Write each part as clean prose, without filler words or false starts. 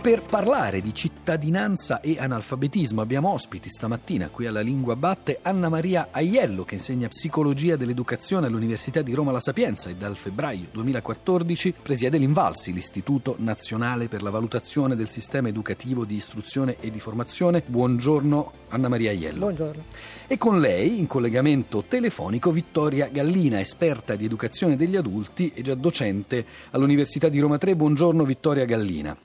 per parlare di cittadinanza e analfabetismo abbiamo ospiti stamattina qui alla Lingua Batte Anna Maria Aiello, che insegna psicologia dell'educazione all'Università di Roma La Sapienza e dal febbraio 2014 presiede l'Invalsi, l'Istituto Nazionale per la Valutazione del Sistema Educativo di Istruzione e di Formazione. Buongiorno Anna Maria Aiello. Buongiorno. E con lei, in collegamento telefonico, Vittoria Gallina, esperta di educazione degli adulti e già docente all'Università di Roma 3. Buongiorno Vittoria Gallina.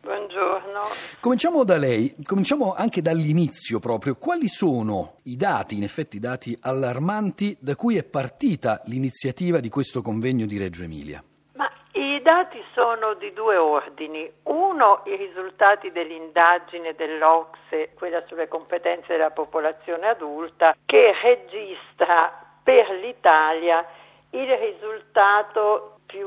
Cominciamo da lei, cominciamo anche dall'inizio proprio. Quali sono i dati, in effetti dati allarmanti, da cui è partita l'iniziativa di questo convegno di Reggio Emilia? Ma i dati sono di due ordini. Uno, i risultati dell'indagine dell'OCSE, quella sulle competenze della popolazione adulta, che registra per l'Italia il risultato più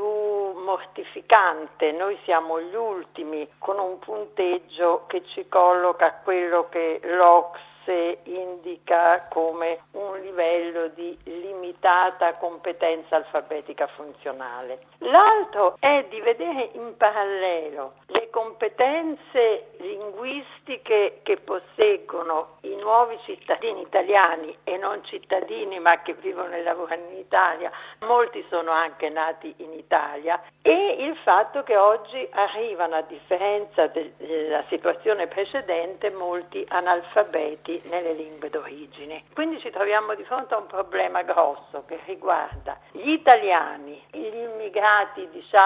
mortificante. Noi siamo gli ultimi con un punteggio che ci colloca a quello che l'OCSE indica come un livello di limitata competenza alfabetica funzionale. L'altro è di vedere in parallelo le competenze linguistiche che posseggono i nuovi cittadini italiani e non cittadini ma che vivono e lavorano in Italia, molti sono anche nati in Italia, e il fatto che oggi arrivano, a differenza della situazione precedente, molti analfabeti nelle lingue d'origine. Quindi ci troviamo di fronte a un problema grosso che riguarda gli italiani, gli immigrati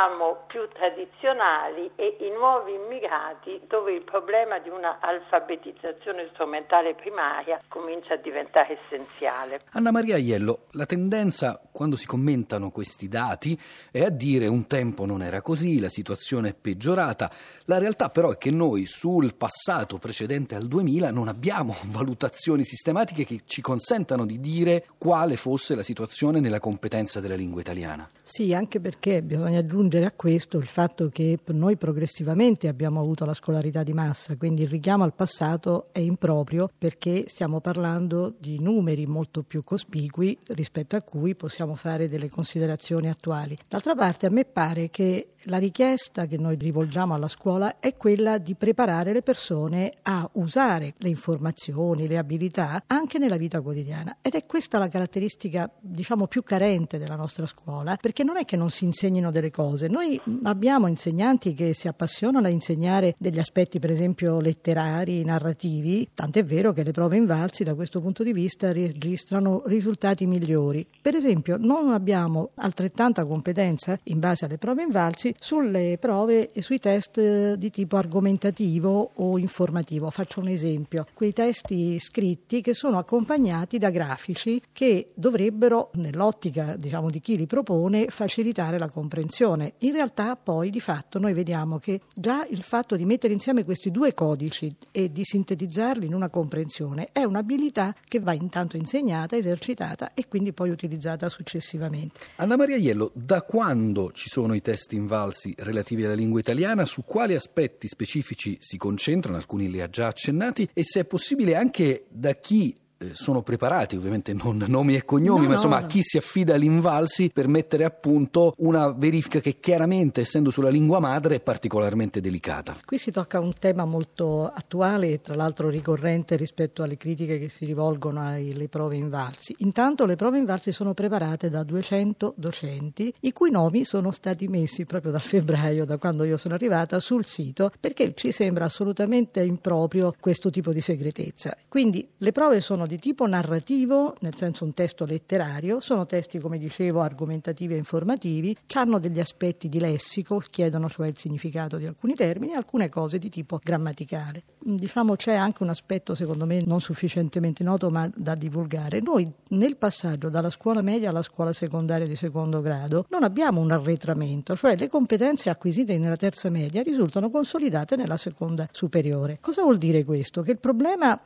più tradizionali e i nuovi immigrati, dove il problema di una alfabetizzazione strumentale primaria comincia a diventare essenziale. Anna Maria Aiello, la tendenza quando si commentano questi dati è a dire un tempo non era così, la situazione è peggiorata. La realtà però è che noi sul passato precedente al 2000 non abbiamo valutazioni sistematiche che ci consentano di dire quale fosse la situazione nella competenza della lingua italiana. Sì, anche perché bisogna aggiungere a questo il fatto che noi progressivamente abbiamo avuto la scolarità di massa, quindi il richiamo al passato è improprio perché stiamo parlando di numeri molto più cospicui rispetto a cui possiamo fare delle considerazioni attuali. D'altra parte a me pare che la richiesta che noi rivolgiamo alla scuola è quella di preparare le persone a usare le informazioni, le abilità anche nella vita quotidiana, ed è questa la caratteristica più carente della nostra scuola, perché non è che non si insegnino delle cose. Noi abbiamo insegnanti che si appassionano a insegnare degli aspetti per esempio letterari, narrativi, tant'è vero che le prove Invalsi da questo punto di vista registrano risultati migliori. Per esempio non abbiamo altrettanta competenza in base alle prove Invalsi sulle prove e sui test di tipo argomentativo o informativo. Faccio un esempio: quei testi scritti che sono accompagnati da grafici che dovrebbero, nell'ottica di chi li propone, facilitare la comprensione. In realtà poi di fatto noi vediamo che già il fatto di mettere insieme questi due codici e di sintetizzarli in una comprensione è un'abilità che va intanto insegnata, esercitata e quindi poi utilizzata successivamente. Anna Maria Aiello, da quando ci sono i test Invalsi relativi alla lingua italiana, su quali aspetti specifici si concentrano? Alcuni li ha già accennati, e se è possibile anche da chi sono preparati, ovviamente non nomi e cognomi, a chi si affida all'Invalsi per mettere a punto una verifica che chiaramente, essendo sulla lingua madre, è particolarmente delicata. Qui si tocca un tema molto attuale e tra l'altro ricorrente rispetto alle critiche che si rivolgono alle prove Invalsi. Intanto le prove Invalsi sono preparate da 200 docenti, i cui nomi sono stati messi proprio dal febbraio, da quando io sono arrivata, sul sito, perché ci sembra assolutamente improprio questo tipo di segretezza. Quindi le prove sono di tipo narrativo, nel senso un testo letterario, sono testi, come dicevo, argomentativi e informativi, hanno degli aspetti di lessico, chiedono cioè il significato di alcuni termini, e alcune cose di tipo grammaticale. C'è anche un aspetto secondo me non sufficientemente noto ma da divulgare. Noi nel passaggio dalla scuola media alla scuola secondaria di secondo grado non abbiamo un arretramento, cioè le competenze acquisite nella terza media risultano consolidate nella seconda superiore. Cosa vuol dire questo? Che il problema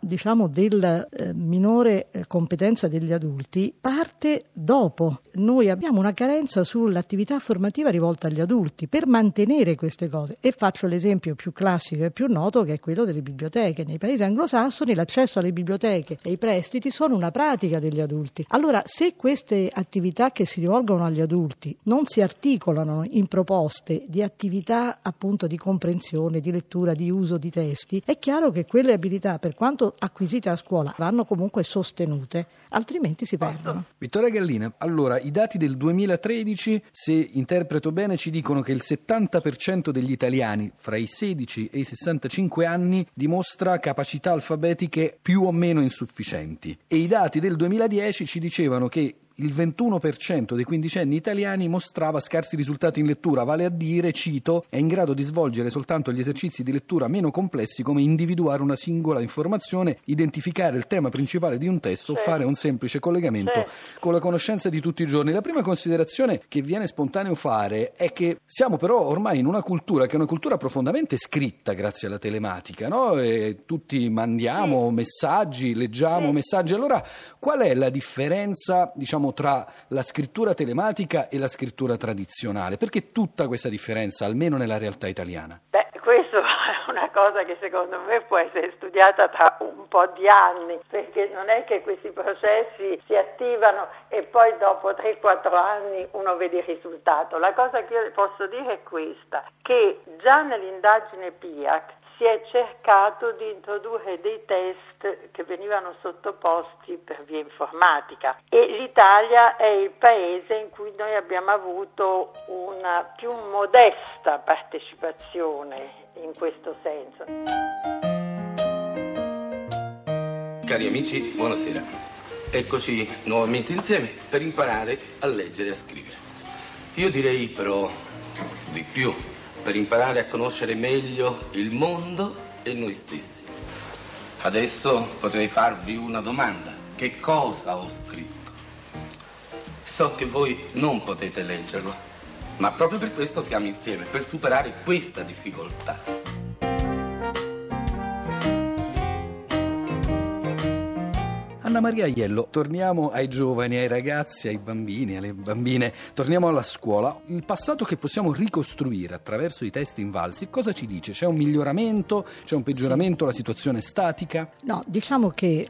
del minore competenza degli adulti parte dopo. Noi abbiamo una carenza sull'attività formativa rivolta agli adulti per mantenere queste cose, e faccio l'esempio più classico e più noto, che è quello delle biblioteche. Nei paesi anglosassoni l'accesso alle biblioteche e i prestiti sono una pratica degli adulti. Allora, se queste attività che si rivolgono agli adulti non si articolano in proposte di attività appunto di comprensione, di lettura, di uso di testi, è chiaro che quelle abilità, per quanto acquisite a scuola, vanno comunque sostenute, altrimenti si perdono. Vittoria Gallina, allora i dati del 2013, se interpreto bene, ci dicono che il 70% degli italiani fra i 16 e i 65 anni dimostra capacità alfabetiche più o meno insufficienti, e i dati del 2010 ci dicevano che il 21% dei quindicenni italiani mostrava scarsi risultati in lettura, vale a dire, cito, è in grado di svolgere soltanto gli esercizi di lettura meno complessi come individuare una singola informazione, identificare il tema principale di un testo o fare un semplice collegamento con la conoscenza di tutti i giorni. La prima considerazione che viene spontaneo fare è che siamo però ormai in una cultura che è una cultura profondamente scritta grazie alla telematica, no? E tutti mandiamo messaggi, leggiamo messaggi. Allora, qual è la differenza, diciamo, tra la scrittura telematica e la scrittura tradizionale? Perché tutta questa differenza, almeno nella realtà italiana? Questo è una cosa che secondo me può essere studiata tra un po' di anni, perché non è che questi processi si attivano e poi dopo 3-4 anni uno vede il risultato. La cosa che io posso dire è questa, che già nell'indagine PIAC si è cercato di introdurre dei test che venivano sottoposti per via informatica, e l'Italia è il paese in cui noi abbiamo avuto una più modesta partecipazione in questo senso. Cari amici, buonasera. Eccoci nuovamente insieme per imparare a leggere e a scrivere. Io direi però di più, per imparare a conoscere meglio il mondo e noi stessi. Adesso potrei farvi una domanda. Che cosa ho scritto? So che voi non potete leggerlo, ma proprio per questo siamo insieme, per superare questa difficoltà. Anna Maria Aiello, torniamo ai giovani, ai ragazzi, ai bambini, alle bambine, torniamo alla scuola. Il passato che possiamo ricostruire attraverso i test invalsi, cosa ci dice? C'è un miglioramento? C'è un peggioramento? La situazione è statica? No, diciamo che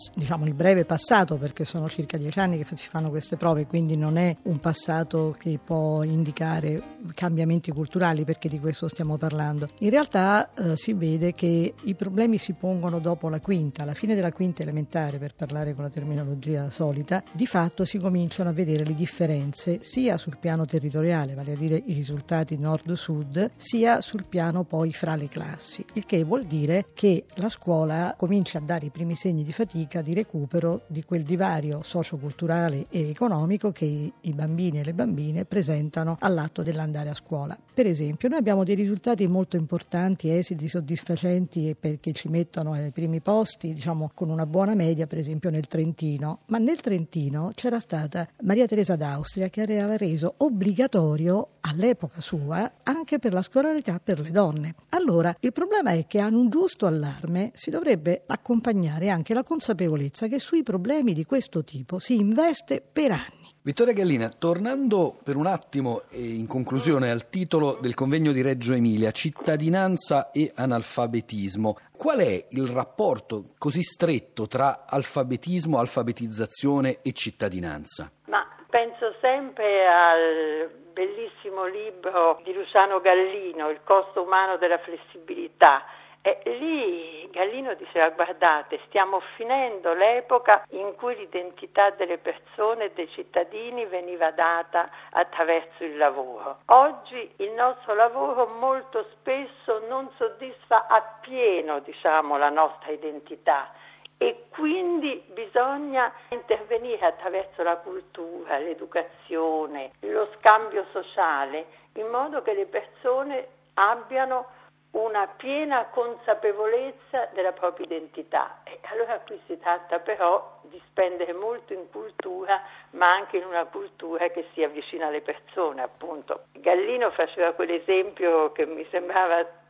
il breve passato, perché sono circa 10 anni che si fanno queste prove, quindi non è un passato che può indicare cambiamenti culturali, perché di questo stiamo parlando. In realtà si vede che i problemi si pongono dopo la quinta, alla fine della quinta elementare, per parlare con la terminologia solita, di fatto si cominciano a vedere le differenze sia sul piano territoriale, vale a dire i risultati nord-sud, sia sul piano poi fra le classi, il che vuol dire che la scuola comincia a dare i primi segni di fatica, di recupero di quel divario socioculturale e economico che i bambini e le bambine presentano all'atto dell'andare a scuola. Per esempio, noi abbiamo dei risultati molto importanti, esiti soddisfacenti, perché ci mettono ai primi posti, diciamo, con una buona media, per esempio nel Trentino, ma nel Trentino c'era stata Maria Teresa d'Austria che aveva reso obbligatorio all'epoca sua anche per la scolarità per le donne. Allora il problema è che a un giusto allarme si dovrebbe accompagnare anche la consapevolezza che sui problemi di questo tipo si investe per anni. Vittoria Gallina, tornando per un attimo e in conclusione al titolo del convegno di Reggio Emilia, cittadinanza e analfabetismo, qual è il rapporto così stretto tra alfabetismo, alfabetizzazione e cittadinanza? Ma penso sempre al bellissimo libro di Luciano Gallino, Il costo umano della flessibilità. E lì Gallino diceva: guardate, stiamo finendo l'epoca in cui l'identità delle persone e dei cittadini veniva data attraverso il lavoro. Oggi il nostro lavoro molto spesso non soddisfa appieno, la nostra identità, e quindi bisogna intervenire attraverso la cultura, l'educazione, lo scambio sociale, in modo che le persone abbiano una piena consapevolezza della propria identità. E allora qui si tratta però di spendere molto in cultura, ma anche in una cultura che sia vicina alle persone, appunto. Gallino faceva quell'esempio che mi sembrava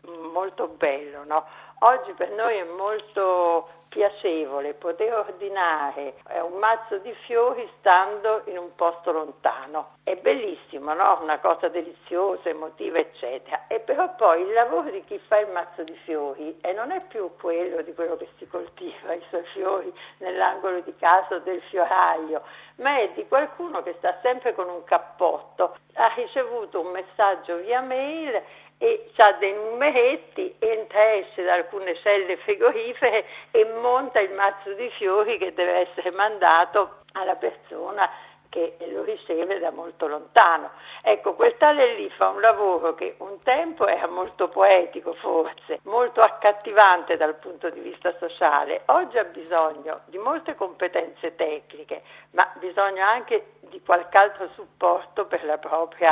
molto bello, no? Oggi per noi è molto piacevole poter ordinare un mazzo di fiori stando in un posto lontano. È bellissimo, no? Una cosa deliziosa, emotiva, eccetera. E però poi il lavoro di chi fa il mazzo di fiori non è più quello di quello che si coltiva i suoi fiori nell'angolo di casa o del fioraio, ma è di qualcuno che sta sempre con un cappotto, ha ricevuto un messaggio via mail e ha dei numeretti, entra e esce da alcune celle frigorifere e monta il mazzo di fiori che deve essere mandato alla persona che lo riceve da molto lontano. Ecco, quel tale lì fa un lavoro che un tempo era molto poetico forse, molto accattivante dal punto di vista sociale. Oggi ha bisogno di molte competenze tecniche, ma bisogna anche di qualche altro supporto per la propria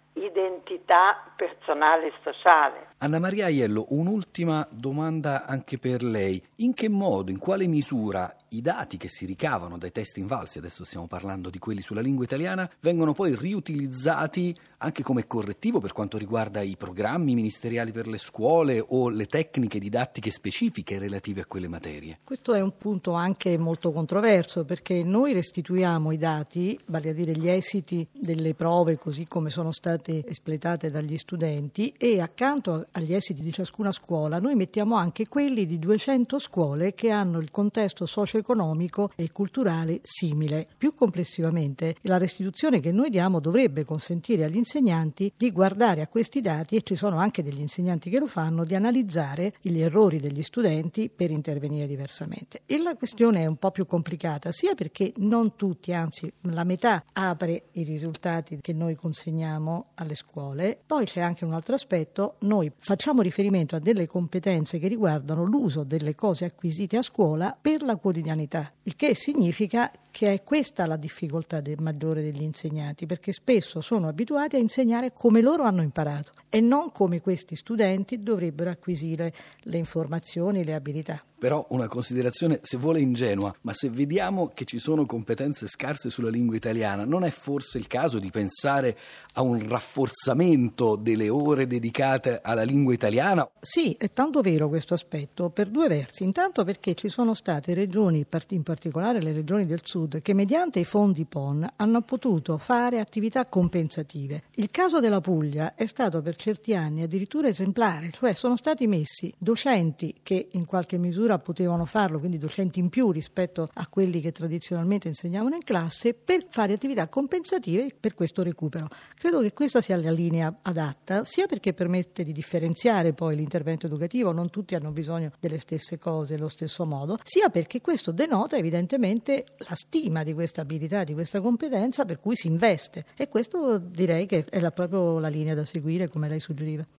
identità personale e sociale. Anna Maria Aiello, un'ultima domanda anche per lei. In che modo, in quale misura i dati che si ricavano dai test invalsi, adesso stiamo parlando di quelli sulla lingua italiana, vengono poi riutilizzati anche come correttivo per quanto riguarda i programmi ministeriali per le scuole o le tecniche didattiche specifiche relative a quelle materie? Questo è un punto anche molto controverso, perché noi restituiamo i dati, vale a dire gli esiti delle prove così come sono state espletate dagli studenti, e accanto agli esiti di ciascuna scuola noi mettiamo anche quelli di 200 scuole che hanno il contesto socio-economico e culturale simile. Più complessivamente, la restituzione che noi diamo dovrebbe consentire agli insegnanti di guardare a questi dati, e ci sono anche degli insegnanti che lo fanno, di analizzare gli errori degli studenti per intervenire diversamente. E la questione è un po' più complicata, sia perché non tutti, anzi la metà, apre i risultati che noi consegniamo alle scuole. Poi c'è anche un altro aspetto: noi facciamo riferimento a delle competenze che riguardano l'uso delle cose acquisite a scuola per la quotidianità, il che significa che è questa la difficoltà maggiore degli insegnanti, perché spesso sono abituati a insegnare come loro hanno imparato e non come questi studenti dovrebbero acquisire le informazioni, le abilità. Però una considerazione, se vuole ingenua, ma se vediamo che ci sono competenze scarse sulla lingua italiana, non è forse il caso di pensare a un rafforzamento delle ore dedicate alla lingua italiana? Sì, è tanto vero questo aspetto, per due versi. Intanto perché ci sono state regioni, in particolare le regioni del sud, che mediante i fondi PON hanno potuto fare attività compensative. Il caso della Puglia è stato per certi anni addirittura esemplare, cioè sono stati messi docenti che in qualche misura potevano farlo, quindi docenti in più rispetto a quelli che tradizionalmente insegnavano in classe, per fare attività compensative per questo recupero. Credo che questa sia la linea adatta, sia perché permette di differenziare poi l'intervento educativo, non tutti hanno bisogno delle stesse cose allo stesso modo, sia perché questo denota evidentemente la stima di questa abilità, di questa competenza, per cui si investe, e questo direi che è proprio la linea da seguire, come lei suggeriva.